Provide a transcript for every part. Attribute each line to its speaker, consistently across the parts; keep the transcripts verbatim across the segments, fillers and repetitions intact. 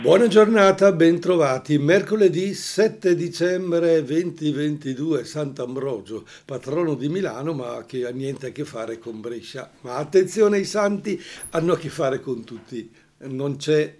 Speaker 1: Buona giornata, bentrovati. Mercoledì sette dicembre duemilaventidue, Sant'Ambrogio, patrono di Milano, ma che ha niente a che fare con Brescia. Ma attenzione, i santi hanno a che fare con tutti. Non c'è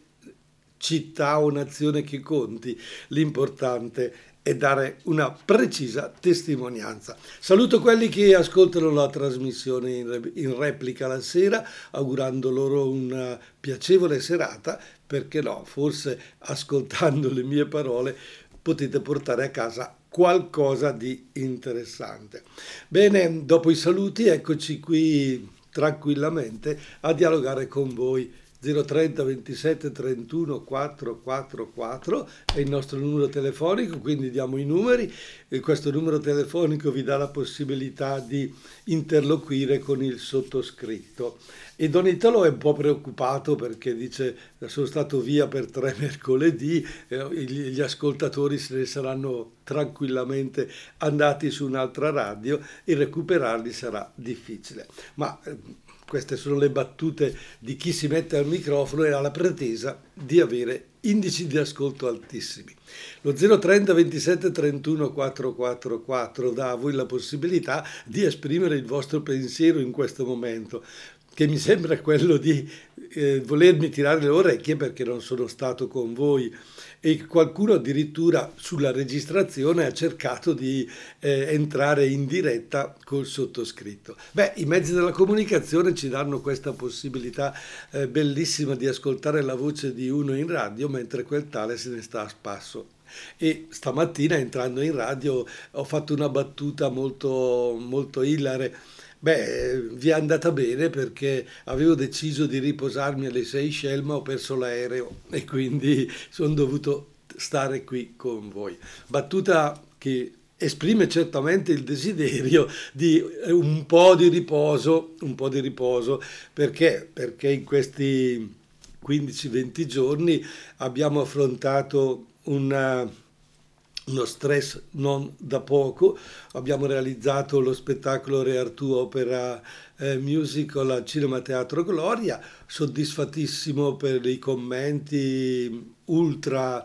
Speaker 1: città o nazione che conti. L'importante è dare una precisa testimonianza. Saluto quelli che ascoltano la trasmissione in, re- in replica la sera, augurando loro una piacevole serata, perché no, forse ascoltando le mie parole potete portare a casa qualcosa di interessante. Bene, dopo i saluti, eccoci qui tranquillamente a dialogare con voi. zero trenta ventisette trentuno quattrocentoquarantaquattro è il nostro numero telefonico, quindi diamo i numeri e questo numero telefonico vi dà la possibilità di interloquire con il sottoscritto. E Don Italo è un po' preoccupato perché dice sono stato via per tre mercoledì, eh, gli gli ascoltatori se ne saranno tranquillamente andati su un'altra radio e recuperarli sarà difficile. Ma eh, queste sono le battute di chi si mette al microfono e ha la pretesa di avere indici di ascolto altissimi. Lo zero trenta ventisette trentuno quattrocentoquarantaquattro dà a voi la possibilità di esprimere il vostro pensiero in questo momento, che mi sembra quello di eh, volermi tirare le orecchie perché non sono stato con voi, e qualcuno addirittura sulla registrazione ha cercato di eh, entrare in diretta col sottoscritto. Beh, i mezzi della comunicazione ci danno questa possibilità eh, bellissima di ascoltare la voce di uno in radio mentre quel tale se ne sta a spasso. E stamattina entrando in radio ho fatto una battuta molto, molto ilare. Beh, vi è andata bene perché avevo deciso di riposarmi alle Seychelles, ma ho perso l'aereo e quindi sono dovuto stare qui con voi. Battuta che esprime certamente il desiderio di un po' di riposo, un po' di riposo, perché? Perché in questi quindici venti giorni abbiamo affrontato una uno stress non da poco. Abbiamo realizzato lo spettacolo Re Artù Opera eh, Musical al Cinema Teatro Gloria, soddisfattissimo per i commenti ultra,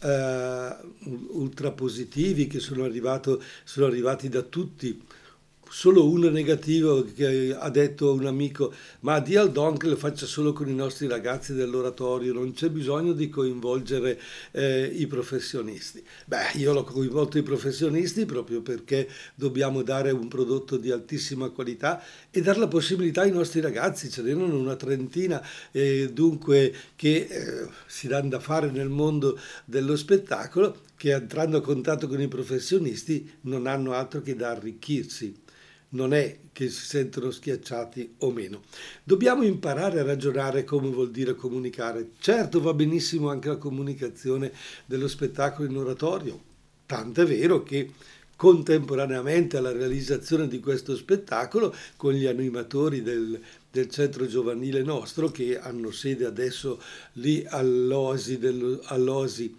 Speaker 1: eh, ultra positivi che sono, arrivato, sono arrivati da tutti. Solo uno negativo che ha detto un amico, ma di al Don che lo faccia solo con i nostri ragazzi dell'oratorio, non c'è bisogno di coinvolgere eh, i professionisti. Beh, io l'ho coinvolto i professionisti proprio perché dobbiamo dare un prodotto di altissima qualità e dare la possibilità ai nostri ragazzi, ce n'erano una trentina, eh, dunque che eh, si danno da fare nel mondo dello spettacolo, che entrando a contatto con i professionisti non hanno altro che da arricchirsi. Non è che si sentono schiacciati o meno. Dobbiamo imparare a ragionare come vuol dire comunicare. Certo, va benissimo anche la comunicazione dello spettacolo in oratorio, tanto è vero che contemporaneamente alla realizzazione di questo spettacolo, con gli animatori del, del centro giovanile nostro, che hanno sede adesso lì all'Osi, dello, all'Osi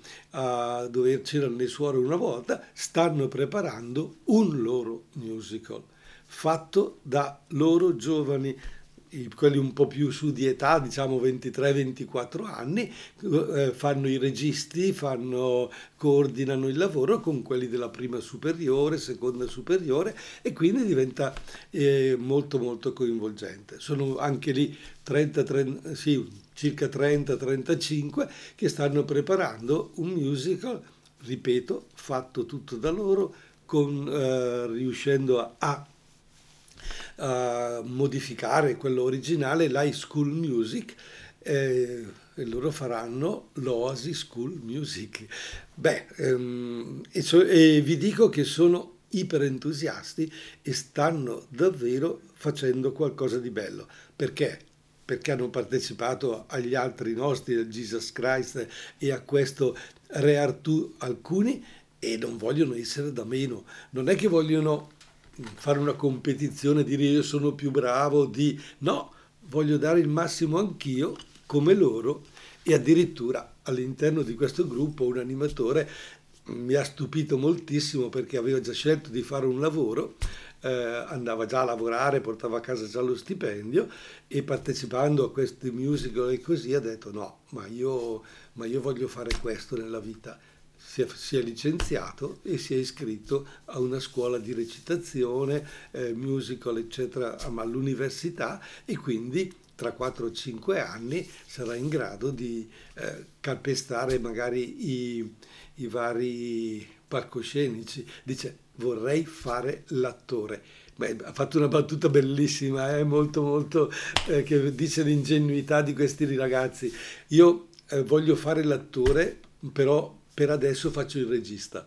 Speaker 1: a dove c'erano le suore una volta, stanno preparando un loro musical fatto da loro giovani, quelli un po' più su di età, diciamo ventitré ventiquattro anni, eh, fanno i registi, fanno, coordinano il lavoro con quelli della prima superiore, seconda superiore e quindi diventa eh, molto molto coinvolgente. Sono anche lì trenta, trenta, sì, circa trenta trentacinque che stanno preparando un musical, ripeto, fatto tutto da loro, con, eh, riuscendo a, a a modificare quello originale, l'High School Music, eh, e loro faranno l'Oasi School Music. Beh, ehm, e, so- e vi dico che sono iper entusiasti e stanno davvero facendo qualcosa di bello. Perché? Perché hanno partecipato agli altri nostri, del Jesus Christ e a questo Re Artù alcuni, e non vogliono essere da meno. Non è che vogliono fare una competizione, dire io sono più bravo, di no, voglio dare il massimo anch'io come loro, e addirittura all'interno di questo gruppo un animatore mi ha stupito moltissimo perché aveva già scelto di fare un lavoro, eh, andava già a lavorare, portava a casa già lo stipendio e partecipando a questi musical e così ha detto no, ma io ma io voglio fare questo nella vita. Si è, si è licenziato e si è iscritto a una scuola di recitazione, eh, musical, eccetera, ma all'università, e quindi tra quattro o cinque anni sarà in grado di eh, calpestare magari i, i vari palcoscenici. Dice, vorrei fare l'attore. Beh, ha fatto una battuta bellissima, eh, molto molto, eh, che dice l'ingenuità di questi ragazzi. Io eh, voglio fare l'attore, però per adesso faccio il regista.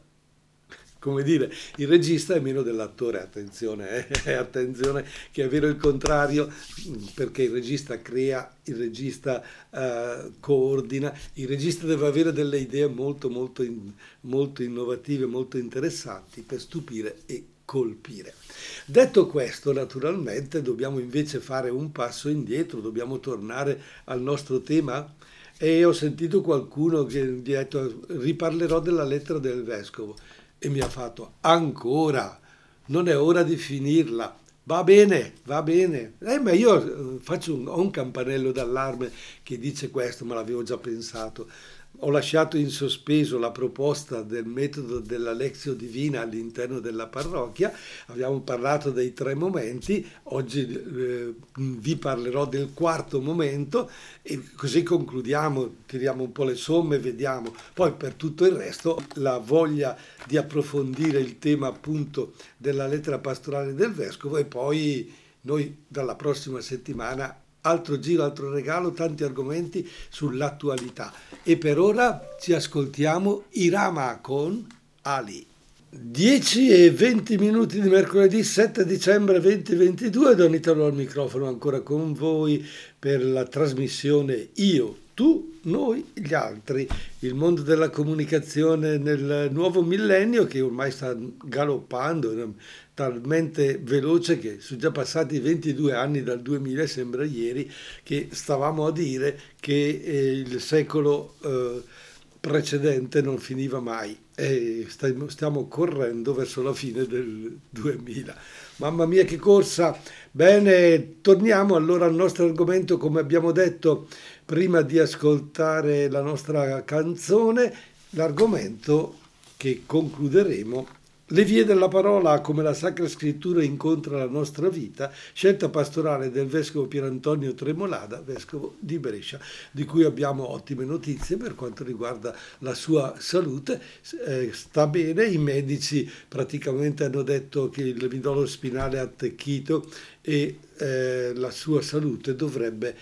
Speaker 1: Come dire, il regista è meno dell'attore, attenzione, eh, attenzione, che è vero il contrario, perché il regista crea, il regista eh, coordina, il regista deve avere delle idee molto, molto, in- molto innovative, molto interessanti per stupire e colpire. Detto questo, naturalmente, dobbiamo invece fare un passo indietro, dobbiamo tornare al nostro tema. E ho sentito qualcuno che mi ha detto riparlerò della lettera del vescovo e mi ha fatto ancora, non è ora di finirla. Va bene, va bene. Eh, ma io eh, faccio un, ho un campanello d'allarme che dice questo, ma l'avevo già pensato. Ho lasciato in sospeso la proposta del metodo della Lectio Divina all'interno della parrocchia. Abbiamo parlato dei tre momenti, oggi eh, vi parlerò del quarto momento e così concludiamo, tiriamo un po' le somme, vediamo. Poi per tutto il resto la voglia di approfondire il tema appunto della lettera pastorale del vescovo, e poi noi dalla prossima settimana altro giro, altro regalo, tanti argomenti sull'attualità. E per ora ci ascoltiamo Irama con Ali. dieci e venti minuti di mercoledì sette dicembre duemilaventidue, Don Italo al microfono ancora con voi per la trasmissione Io, Tu, Noi, gli altri, il mondo della comunicazione nel nuovo millennio che ormai sta galoppando talmente veloce che sono già passati ventidue anni dal duemila, sembra ieri che stavamo a dire che eh, il secolo eh, precedente non finiva mai e stiamo, stiamo correndo verso la fine del duemila. Mamma mia che corsa! Bene, torniamo allora al nostro argomento, come abbiamo detto prima di ascoltare la nostra canzone, l'argomento che concluderemo: le vie della parola, come la Sacra Scrittura incontra la nostra vita, scelta pastorale del vescovo Pier Antonio Tremolada, vescovo di Brescia, di cui abbiamo ottime notizie per quanto riguarda la sua salute. Eh, sta bene, i medici praticamente hanno detto che il midollo spinale è attecchito e eh, la sua salute dovrebbe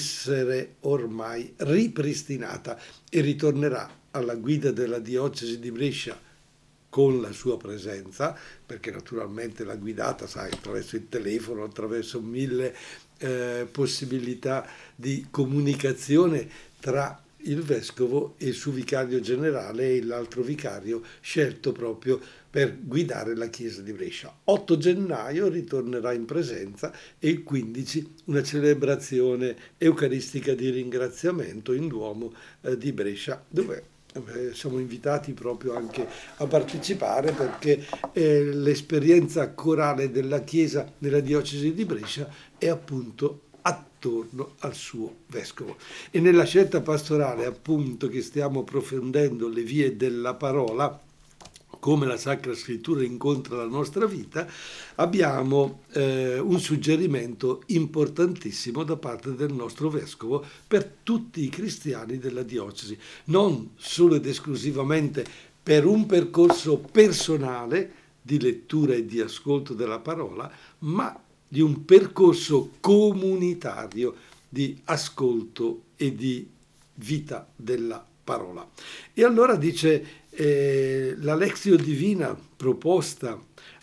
Speaker 1: essere ormai ripristinata e ritornerà alla guida della diocesi di Brescia con la sua presenza, perché naturalmente l'ha guidata, sai, attraverso il telefono, attraverso mille eh, possibilità di comunicazione tra il vescovo e il suo vicario generale e l'altro vicario scelto proprio per guidare la chiesa di Brescia. otto gennaio ritornerà in presenza e il quindici una celebrazione eucaristica di ringraziamento in Duomo eh, di Brescia, dove siamo invitati proprio anche a partecipare, perché eh, l'esperienza corale della Chiesa nella diocesi di Brescia è appunto attorno al suo vescovo. E nella scelta pastorale, appunto, che stiamo approfondendo le vie della parola, come la Sacra Scrittura incontra la nostra vita, abbiamo eh, un suggerimento importantissimo da parte del nostro vescovo per tutti i cristiani della diocesi, non solo ed esclusivamente per un percorso personale di lettura e di ascolto della parola, ma di un percorso comunitario di ascolto e di vita della parola. E allora dice eh, la Lectio Divina proposta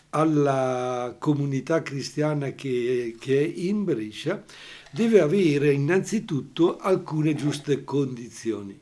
Speaker 1: alla comunità cristiana che, che è in Brescia deve avere innanzitutto alcune giuste condizioni.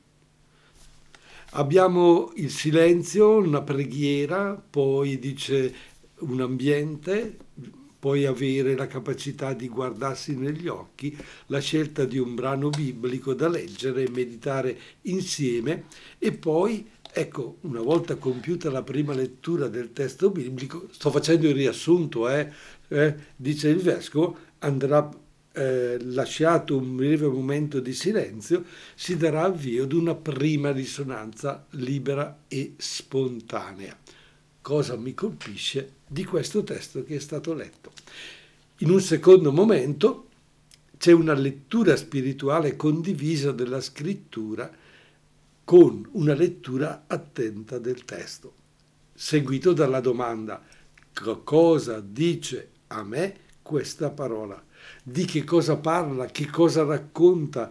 Speaker 1: Abbiamo il silenzio, una preghiera, poi dice un ambiente, poi avere la capacità di guardarsi negli occhi, la scelta di un brano biblico da leggere e meditare insieme, e poi, ecco, una volta compiuta la prima lettura del testo biblico, sto facendo il riassunto, eh, eh, dice il vescovo, andrà eh, lasciato un breve momento di silenzio, si darà avvio ad una prima risonanza libera e spontanea. Cosa mi colpisce di questo testo che è stato letto? In un secondo momento c'è una lettura spirituale condivisa della scrittura con una lettura attenta del testo, seguito dalla domanda: cosa dice a me questa parola? Di che cosa parla? Che cosa racconta?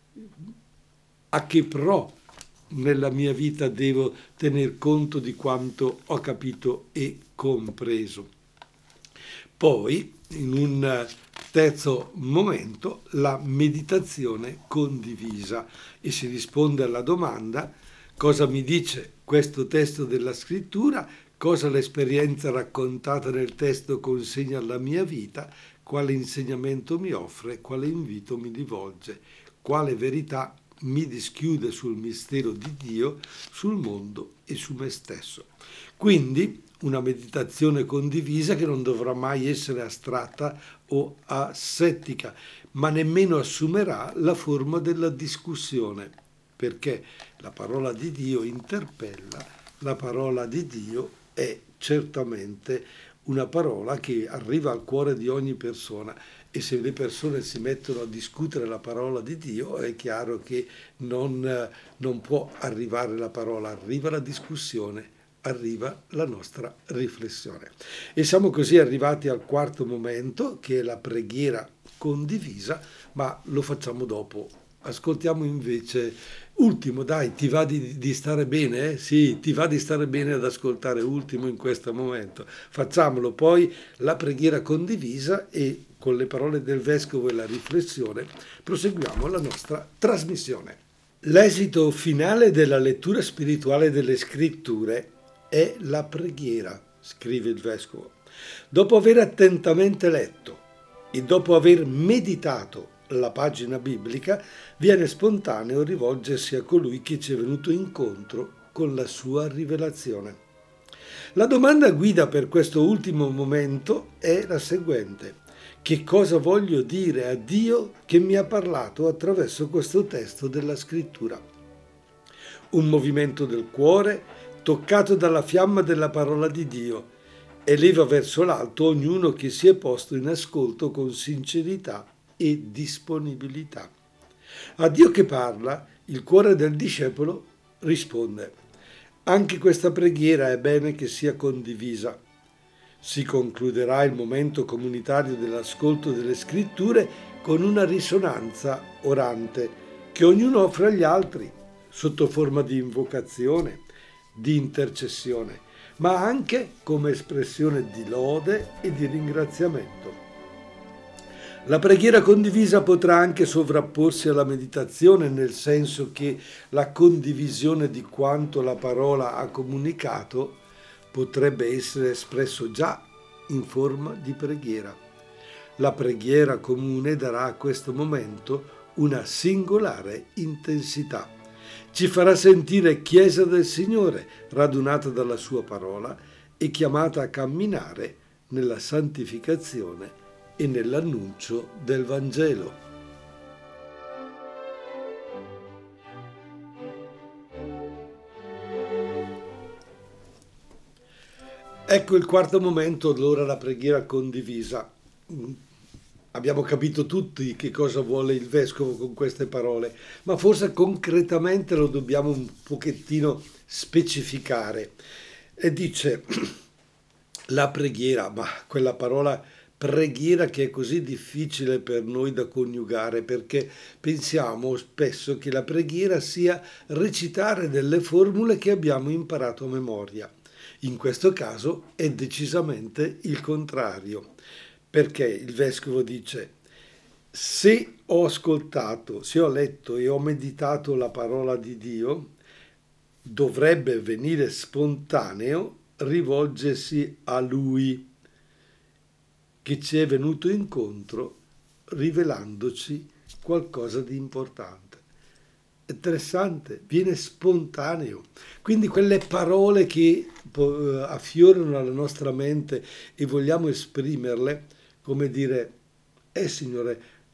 Speaker 1: A che pro nella mia vita devo tener conto di quanto ho capito e compreso? Poi, in un terzo momento, la meditazione condivisa, e si risponde alla domanda: cosa mi dice questo testo della scrittura? Cosa l'esperienza raccontata nel testo consegna alla mia vita? Quale insegnamento mi offre? Quale invito mi rivolge? Quale verità mi dischiude sul mistero di Dio, sul mondo e su me stesso? Quindi una meditazione condivisa che non dovrà mai essere astratta o asettica, ma nemmeno assumerà la forma della discussione, perché la parola di Dio interpella, la parola di Dio è certamente una parola che arriva al cuore di ogni persona, e se le persone si mettono a discutere la parola di Dio è chiaro che non, non può arrivare la parola, arriva la discussione, arriva la nostra riflessione. E siamo così arrivati al quarto momento, che è la preghiera condivisa, ma lo facciamo dopo. Ascoltiamo invece Ultimo. Dai, ti va di, di stare bene? Eh? Sì, ti va di stare bene ad ascoltare Ultimo in questo momento. Facciamolo poi, la preghiera condivisa, e con le parole del Vescovo e la riflessione proseguiamo la nostra trasmissione. L'esito finale della lettura spirituale delle Scritture è la preghiera, scrive il Vescovo. Dopo aver attentamente letto e dopo aver meditato la pagina biblica, viene spontaneo rivolgersi a colui che ci è venuto incontro con la sua rivelazione. La domanda guida per questo ultimo momento è la seguente: che cosa voglio dire a Dio che mi ha parlato attraverso questo testo della Scrittura? Un movimento del cuore toccato dalla fiamma della parola di Dio eleva verso l'alto ognuno che si è posto in ascolto con sincerità e disponibilità. A Dio che parla, il cuore del discepolo risponde. Anche questa preghiera è bene che sia condivisa. Si concluderà il momento comunitario dell'ascolto delle Scritture con una risonanza orante che ognuno offre agli altri sotto forma di invocazione, di intercessione, ma anche come espressione di lode e di ringraziamento. La preghiera condivisa potrà anche sovrapporsi alla meditazione, nel senso che la condivisione di quanto la parola ha comunicato potrebbe essere espresso già in forma di preghiera. La preghiera comune darà a questo momento una singolare intensità. Ci farà sentire Chiesa del Signore, radunata dalla sua parola e chiamata a camminare nella santificazione e nell'annuncio del Vangelo. Ecco il quarto momento, allora la preghiera condivisa. Abbiamo capito tutti che cosa vuole il Vescovo con queste parole, ma forse concretamente lo dobbiamo un pochettino specificare. E dice la preghiera, ma quella parola preghiera che è così difficile per noi da coniugare, perché pensiamo spesso che la preghiera sia recitare delle formule che abbiamo imparato a memoria. In questo caso è decisamente il contrario, perché il Vescovo dice: se ho ascoltato, se ho letto e ho meditato la parola di Dio, dovrebbe venire spontaneo rivolgersi a Lui, che ci è venuto incontro rivelandoci qualcosa di importante. Interessante, viene spontaneo. Quindi quelle parole che affiorano la nostra mente e vogliamo esprimerle, come dire: eh Signore,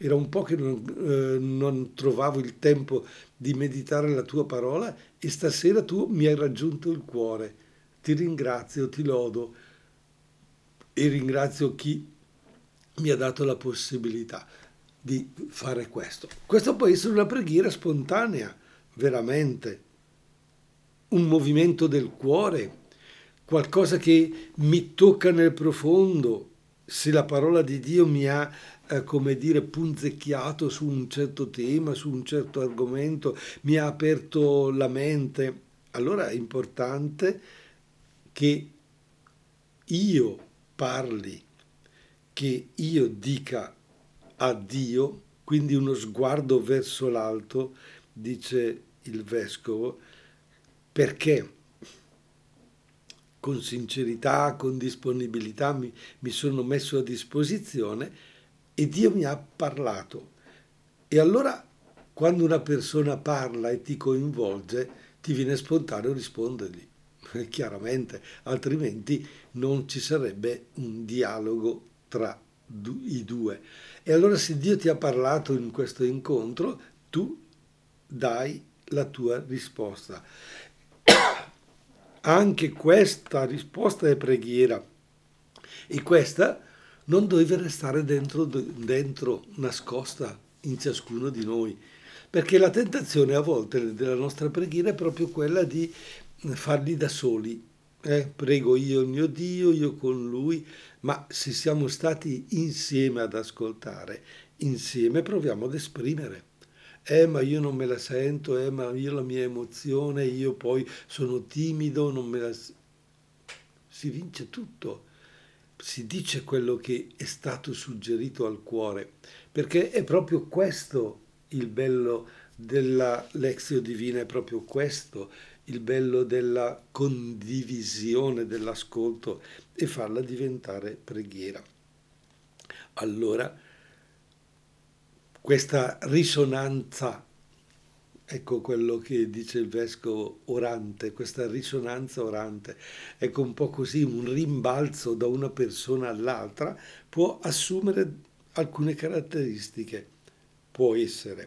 Speaker 1: era un po' che non, eh, non trovavo il tempo di meditare la tua parola e stasera tu mi hai raggiunto il cuore. Ti ringrazio, ti lodo e ringrazio chi mi ha dato la possibilità di fare questo. Questo può essere una preghiera spontanea, veramente, un movimento del cuore, qualcosa che mi tocca nel profondo. Se la parola di Dio mi ha, eh, come dire, punzecchiato su un certo tema, su un certo argomento, mi ha aperto la mente, allora è importante che io parli, che io dica a Dio, quindi uno sguardo verso l'alto, dice il vescovo, perché con sincerità, con disponibilità mi, mi sono messo a disposizione e Dio mi ha parlato. E allora quando una persona parla e ti coinvolge, ti viene spontaneo rispondergli, chiaramente, altrimenti non ci sarebbe un dialogo tra i due. E allora se Dio ti ha parlato in questo incontro, tu dai la tua risposta. Anche questa risposta è preghiera e questa non deve restare dentro, dentro nascosta in ciascuno di noi, perché la tentazione a volte della nostra preghiera è proprio quella di farli da soli. Eh, prego io il mio Dio, io con Lui, ma se siamo stati insieme ad ascoltare, insieme proviamo ad esprimere. Eh, ma io non me la sento, eh, ma io la mia emozione, io poi sono timido, non me la... Si vince tutto, si dice quello che è stato suggerito al cuore, perché è proprio questo il bello della Lectio Divina, è proprio questo il bello della condivisione dell'ascolto e farla diventare preghiera. Allora, questa risonanza, ecco quello che dice il vescovo orante, questa risonanza orante, ecco un po' così, un rimbalzo da una persona all'altra può assumere alcune caratteristiche. Può essere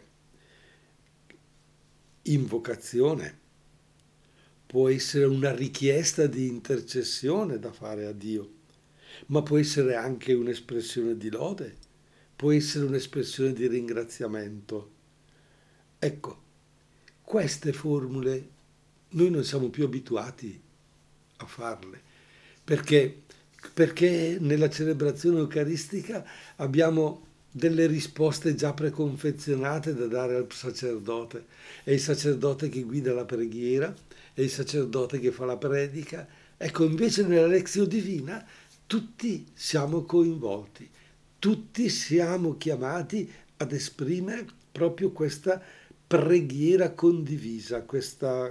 Speaker 1: invocazione, può essere una richiesta di intercessione da fare a Dio, ma può essere anche un'espressione di lode, può essere un'espressione di ringraziamento. Ecco, queste formule noi non siamo più abituati a farle, perché, perché nella celebrazione eucaristica abbiamo delle risposte già preconfezionate da dare al sacerdote. È il sacerdote che guida la preghiera, è il sacerdote che fa la predica. Ecco, invece nella Lectio Divina tutti siamo coinvolti, tutti siamo chiamati ad esprimere proprio questa preghiera condivisa, questa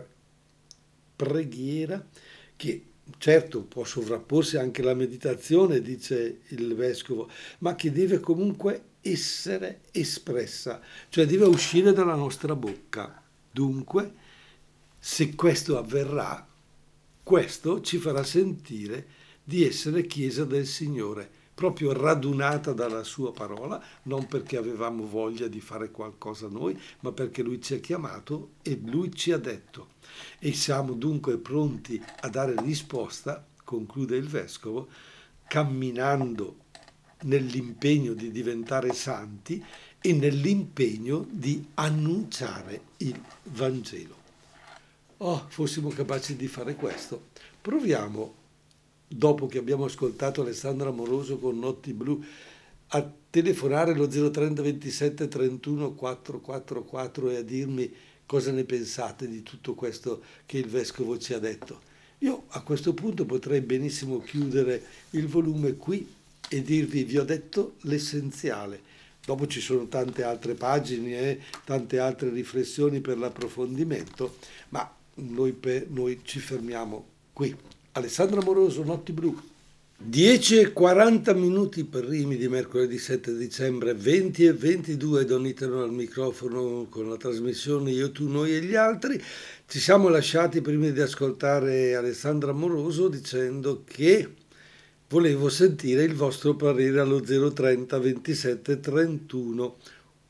Speaker 1: preghiera che certo può sovrapporsi anche alla meditazione, dice il vescovo, ma che deve comunque essere espressa, cioè deve uscire dalla nostra bocca. Dunque, se questo avverrà, questo ci farà sentire di essere Chiesa del Signore, proprio radunata dalla sua parola, non perché avevamo voglia di fare qualcosa noi, ma perché Lui ci ha chiamato e Lui ci ha detto. E siamo dunque pronti a dare risposta, conclude il Vescovo, camminando nell'impegno di diventare santi e nell'impegno di annunciare il Vangelo. Oh, fossimo capaci di fare questo. Proviamo, dopo che abbiamo ascoltato Alessandro Amoroso con Notti Blu, a telefonare lo zero trenta ventisette trentuno quattrocentoquarantaquattro e a dirmi cosa ne pensate di tutto questo che il Vescovo ci ha detto. Io a questo punto potrei benissimo chiudere il volume qui e dirvi, vi ho detto l'essenziale. Dopo ci sono tante altre pagine, eh, tante altre riflessioni per l'approfondimento, ma noi, per, noi ci fermiamo qui. Alessandro Amoroso, Notti Blu. dieci e quaranta minuti per Rimi di mercoledì sette dicembre, venti e ventidue Don Italo al microfono con la trasmissione Io, tu, noi e gli altri. Ci siamo lasciati prima di ascoltare Alessandro Amoroso dicendo che volevo sentire il vostro parere allo zero trenta ventisette trentuno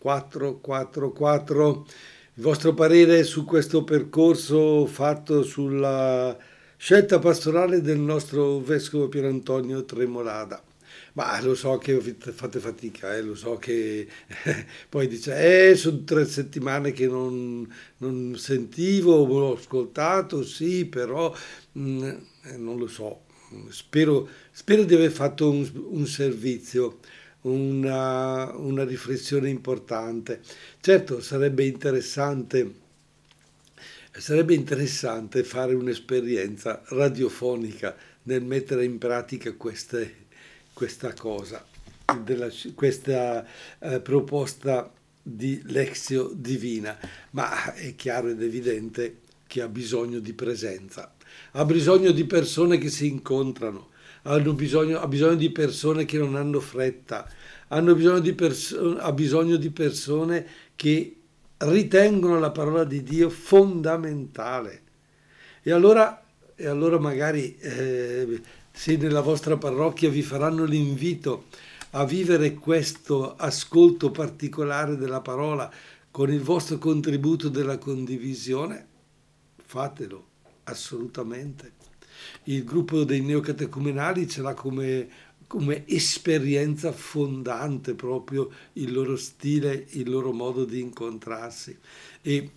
Speaker 1: quattro quattro quattro. Il vostro parere su questo percorso fatto sulla scelta pastorale del nostro vescovo Pier Antonio Tremolada. Ma lo so che fate fatica, eh, lo so che poi dice, eh, sono tre settimane che non, non sentivo, ho ascoltato, sì, però mh, eh, non lo so. Spero, spero di aver fatto un, un servizio, una, una riflessione importante. Certo, sarebbe interessante, sarebbe interessante fare un'esperienza radiofonica nel mettere in pratica queste, questa cosa, della, questa eh, proposta di Lexio Divina, ma è chiaro ed evidente che ha bisogno di presenza, ha bisogno di persone che si incontrano, hanno bisogno, ha bisogno di persone che non hanno fretta, hanno bisogno di perso- ha bisogno di persone che ritengono la parola di Dio fondamentale. E allora, e allora magari eh, se nella vostra parrocchia vi faranno l'invito a vivere questo ascolto particolare della parola con il vostro contributo della condivisione, fatelo assolutamente. Il gruppo dei neocatecumenali ce l'ha come, come esperienza fondante proprio il loro stile, il loro modo di incontrarsi e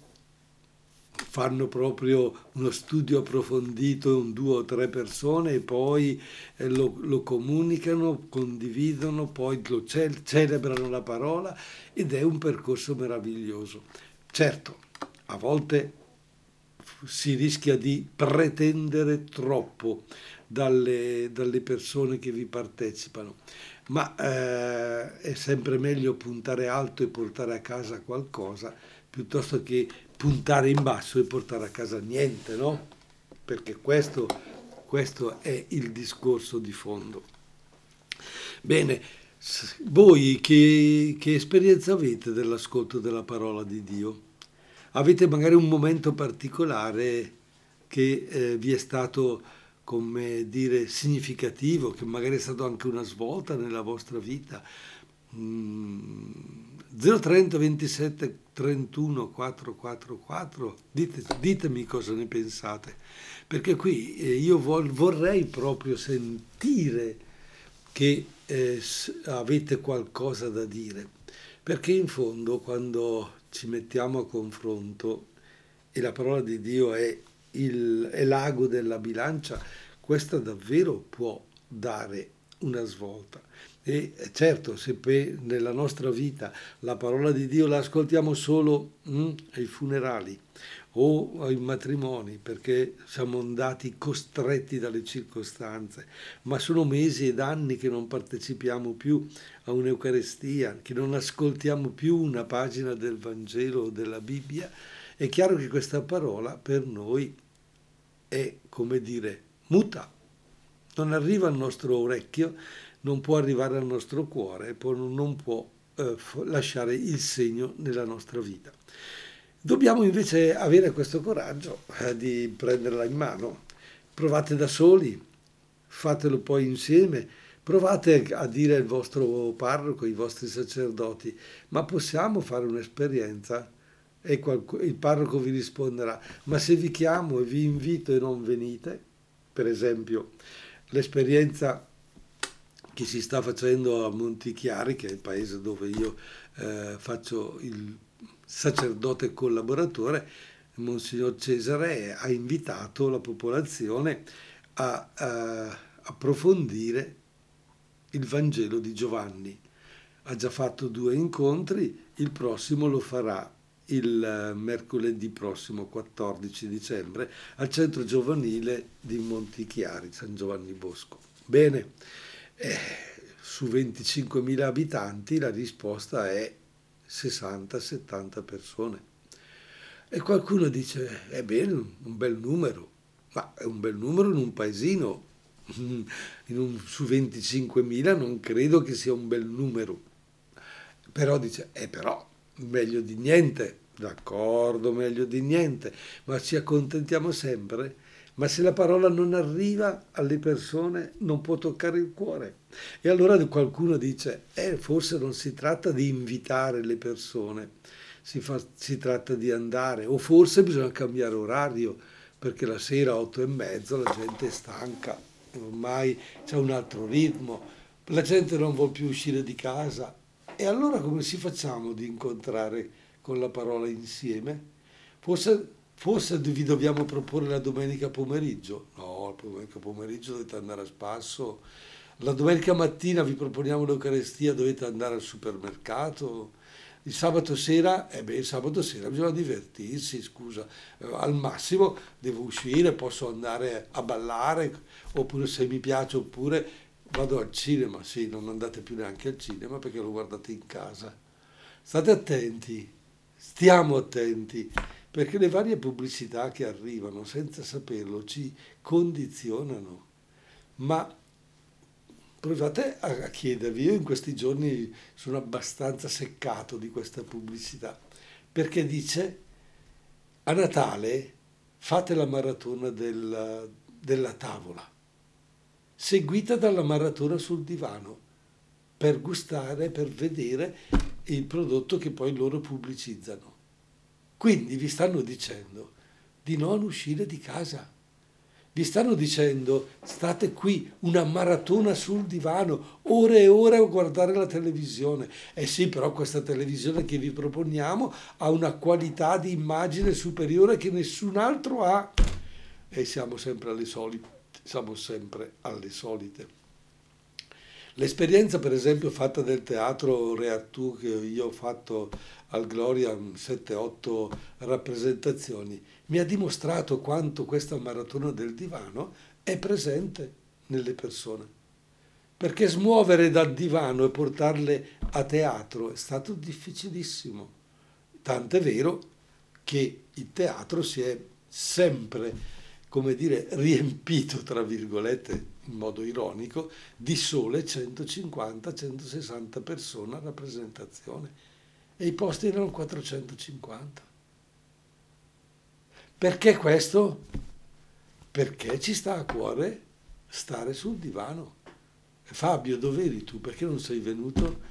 Speaker 1: fanno proprio uno studio approfondito con due o tre persone e poi eh, lo, lo comunicano, condividono, poi lo ce- celebrano la parola ed è un percorso meraviglioso. Certo, a volte si rischia di pretendere troppo dalle, dalle persone che vi partecipano, ma eh, è sempre meglio puntare alto e portare a casa qualcosa piuttosto che puntare in basso e portare a casa niente, no? Perché questo, questo è il discorso di fondo. Bene, voi che, che esperienza avete dell'ascolto della parola di Dio? Avete magari un momento particolare che eh, vi è stato, come dire, significativo, che magari è stato anche una svolta nella vostra vita? Mm, zero trenta ventisette trentuno quattrocentoquarantaquattro, dite, ditemi cosa ne pensate, perché qui eh, io vol- vorrei proprio sentire che eh, avete qualcosa da dire, perché in fondo quando ci mettiamo a confronto e la parola di Dio è, il, è l'ago della bilancia, questa davvero può dare una svolta. E certo, se pe- nella nostra vita la parola di Dio la ascoltiamo solo mm, ai funerali o ai matrimoni, perché siamo andati costretti dalle circostanze, ma sono mesi ed anni che non partecipiamo più a un'Eucarestia, che non ascoltiamo più una pagina del Vangelo o della Bibbia, è chiaro che questa parola per noi è, come dire, muta, non arriva al nostro orecchio, non può arrivare al nostro cuore, non può eh, lasciare il segno nella nostra vita. Dobbiamo invece avere questo coraggio eh, di prenderla in mano. Provate da soli, fatelo poi insieme, provate a dire al vostro parroco, ai vostri sacerdoti, ma possiamo fare un'esperienza? E il parroco vi risponderà, ma se vi chiamo e vi invito e non venite, per esempio l'esperienza che si sta facendo a Montichiari, che è il paese dove io eh, faccio il sacerdote collaboratore, Monsignor Cesare ha invitato la popolazione a, a approfondire il Vangelo di Giovanni. Ha già fatto due incontri, il prossimo lo farà il mercoledì prossimo, quattordici dicembre, al centro giovanile di Montichiari, San Giovanni Bosco. Bene, eh, su venticinquemila abitanti la risposta è sessanta settanta persone. E qualcuno dice, è bene, un bel numero, ma è un bel numero in un paesino, in un, su venticinquemila non credo che sia un bel numero. Però dice, eh però, meglio di niente, d'accordo, meglio di niente, ma ci accontentiamo sempre? ma se la parola non arriva alle persone non può toccare il cuore. E allora qualcuno dice, eh, forse non si tratta di invitare le persone, si fa- si tratta di andare, o forse bisogna cambiare orario, perché la sera a otto e mezzo la gente è stanca, ormai c'è un altro ritmo, la gente non vuole più uscire di casa. E allora come si facciamo di incontrare con la parola insieme? Forse, forse vi dobbiamo proporre la domenica pomeriggio. No, la domenica pomeriggio dovete andare a spasso. La domenica mattina vi proponiamo l'Eucarestia, dovete andare al supermercato. Il sabato sera, eh beh, il sabato sera bisogna divertirsi, scusa. Eh, al massimo devo uscire, posso andare a ballare, oppure se mi piace, oppure vado al cinema. Sì, non andate più neanche al cinema perché lo guardate in casa. State attenti, stiamo attenti, perché le varie pubblicità che arrivano senza saperlo ci condizionano. Ma provate a, a chiedervi, io in questi giorni sono abbastanza seccato di questa pubblicità, perché dice a Natale fate la maratona del- della tavola, seguita dalla maratona sul divano, per gustare, per vedere il prodotto che poi loro pubblicizzano. Quindi vi stanno dicendo di non uscire di casa. Vi stanno dicendo state qui una maratona sul divano, ore e ore a guardare la televisione. Eh sì, però questa televisione che vi proponiamo ha una qualità di immagine superiore che nessun altro ha. E siamo sempre alle solite, siamo sempre alle solite. L'esperienza, per esempio, fatta del teatro Reatù che io ho fatto al Gloria, sette otto rappresentazioni, mi ha dimostrato quanto questa maratona del divano è presente nelle persone. Perché smuovere dal divano e portarle a teatro è stato difficilissimo. Tant'è vero che il teatro si è sempre, come dire, riempito, tra virgolette, in modo ironico, di sole centocinquanta centosessanta persone a rappresentazione e i posti erano quattrocentocinquanta. Perché questo? Perché ci sta a cuore stare sul divano. Fabio, dove eri tu? Perché non sei venuto?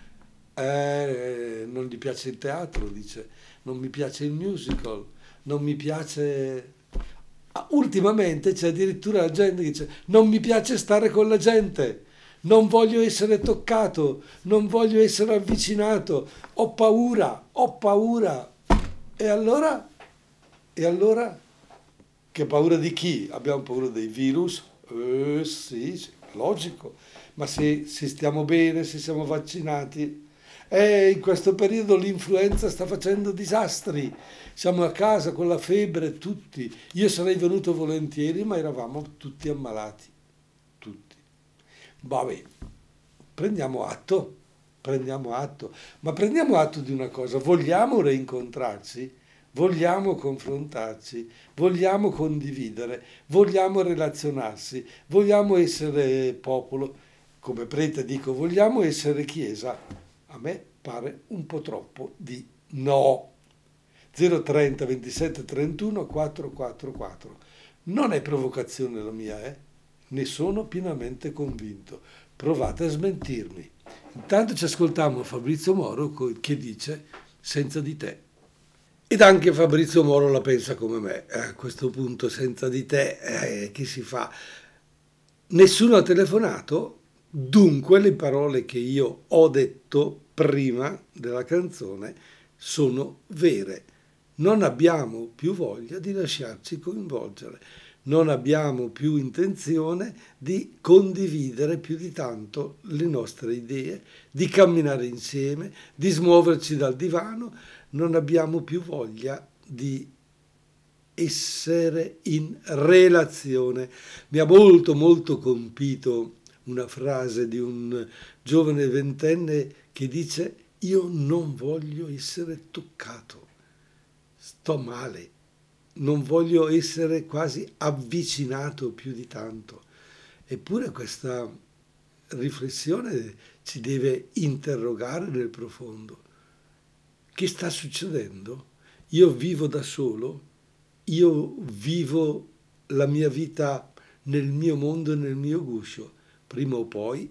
Speaker 1: Eh, non gli piace il teatro, dice, non mi piace il musical, non mi piace... Ah, ultimamente c'è addirittura la gente che dice non mi piace stare con la gente, non voglio essere toccato, non voglio essere avvicinato, ho paura, ho paura. E allora? E allora? Che paura di chi? Abbiamo paura dei virus? Eh, sì, sì, logico. Ma se, se stiamo bene, se siamo vaccinati, e in questo periodo l'influenza sta facendo disastri. Siamo a casa con la febbre, tutti. Io sarei venuto volentieri, ma eravamo tutti ammalati. Tutti. Vabbè, prendiamo atto, prendiamo atto. Ma prendiamo atto di una cosa, vogliamo reincontrarci? Vogliamo confrontarci? Vogliamo condividere? Vogliamo relazionarsi? Vogliamo essere popolo? Come prete dico, vogliamo essere chiesa? A me pare un po' troppo di no. zero trenta ventisette trentuno quattrocentoquarantaquattro. Non è provocazione la mia, eh? Ne sono pienamente convinto. Provate a smentirmi. Intanto ci ascoltiamo Fabrizio Moro che dice senza di te. Ed anche Fabrizio Moro la pensa come me. A questo punto senza di te eh, chi si fa? Nessuno ha telefonato, dunque le parole che io ho detto prima della canzone sono vere. Non abbiamo più voglia di lasciarci coinvolgere, non abbiamo più intenzione di condividere più di tanto le nostre idee, di camminare insieme, di smuoverci dal divano, non abbiamo più voglia di essere in relazione. Mi ha molto molto colpito una frase di un giovane ventenne che dice io non voglio essere toccato, sto male, non voglio essere quasi avvicinato più di tanto. Eppure questa riflessione ci deve interrogare nel profondo. Che sta succedendo? Io vivo da solo? Io vivo la mia vita nel mio mondo e nel mio guscio, prima o poi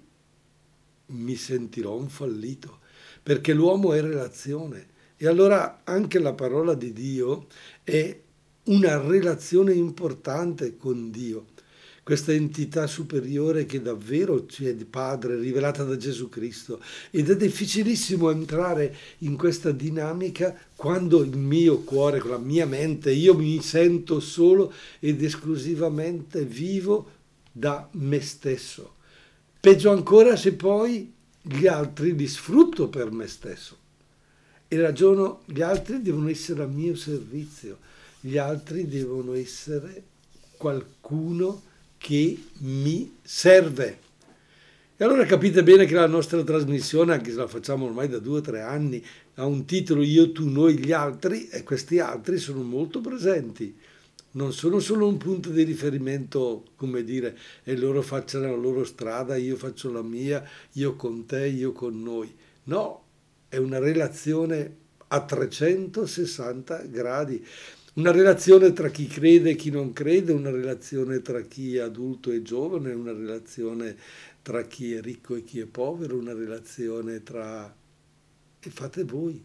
Speaker 1: mi sentirò un fallito, perché l'uomo è relazione. E allora anche la parola di Dio è una relazione importante con Dio, questa entità superiore che davvero c'è di Padre, rivelata da Gesù Cristo. Ed è difficilissimo entrare in questa dinamica quando il mio cuore, con la mia mente, io mi sento solo ed esclusivamente vivo da me stesso. Peggio ancora se poi gli altri li sfrutto per me stesso e ragiono, gli altri devono essere a mio servizio, gli altri devono essere qualcuno che mi serve. E allora capite bene che la nostra trasmissione, anche se la facciamo ormai da due o tre anni, ha un titolo io, tu, noi, gli altri, e questi altri sono molto presenti. Non sono solo un punto di riferimento, come dire, e loro facciano la loro strada, io faccio la mia, io con te, io con noi. No, è una relazione a trecentosessanta gradi, una relazione tra chi crede e chi non crede, una relazione tra chi è adulto e giovane, una relazione tra chi è ricco e chi è povero, una relazione tra... e fate voi.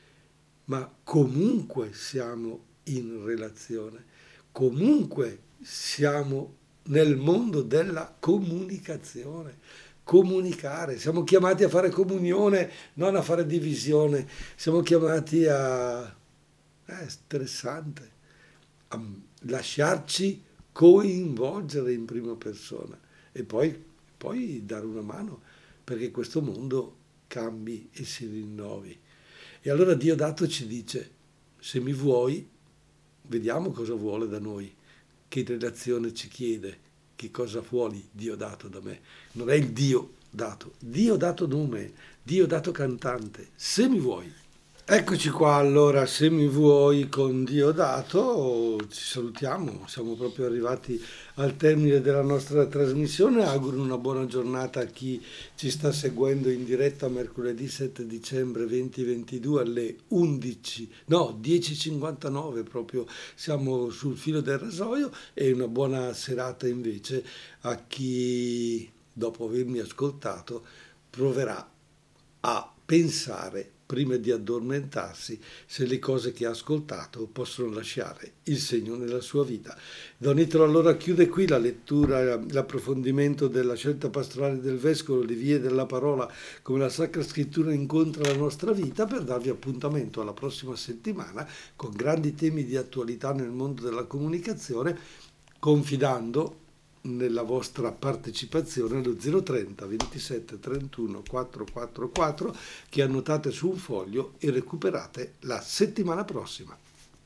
Speaker 1: Ma comunque siamo in relazione. Comunque siamo nel mondo della comunicazione, comunicare, siamo chiamati a fare comunione, non a fare divisione, siamo chiamati a, è interessante, a lasciarci coinvolgere in prima persona e poi, poi dare una mano perché questo mondo cambi e si rinnovi. E allora Diodato ci dice, se mi vuoi, vediamo cosa vuole da noi, che relazione ci chiede, che cosa vuoi Diodato da me. Non è il Dio dato, Dio dato nome, Dio dato cantante, se mi vuoi. Eccoci qua allora, se mi vuoi con Diodato, ci salutiamo, siamo proprio arrivati al termine della nostra trasmissione, auguro una buona giornata a chi ci sta seguendo in diretta mercoledì sette dicembre duemilaventidue alle undici, no dieci e cinquantanove proprio, siamo sul filo del rasoio e una buona serata invece a chi dopo avermi ascoltato proverà a pensare prima di addormentarsi se le cose che ha ascoltato possono lasciare il segno nella sua vita. Don Italo allora chiude qui la lettura, l'approfondimento della scelta pastorale del Vescovo, le vie della parola, come la Sacra Scrittura incontra la nostra vita, per darvi appuntamento alla prossima settimana con grandi temi di attualità nel mondo della comunicazione, confidando nella vostra partecipazione allo zero trenta ventisette trentuno quattrocentoquarantaquattro che annotate su un foglio e recuperate la settimana prossima.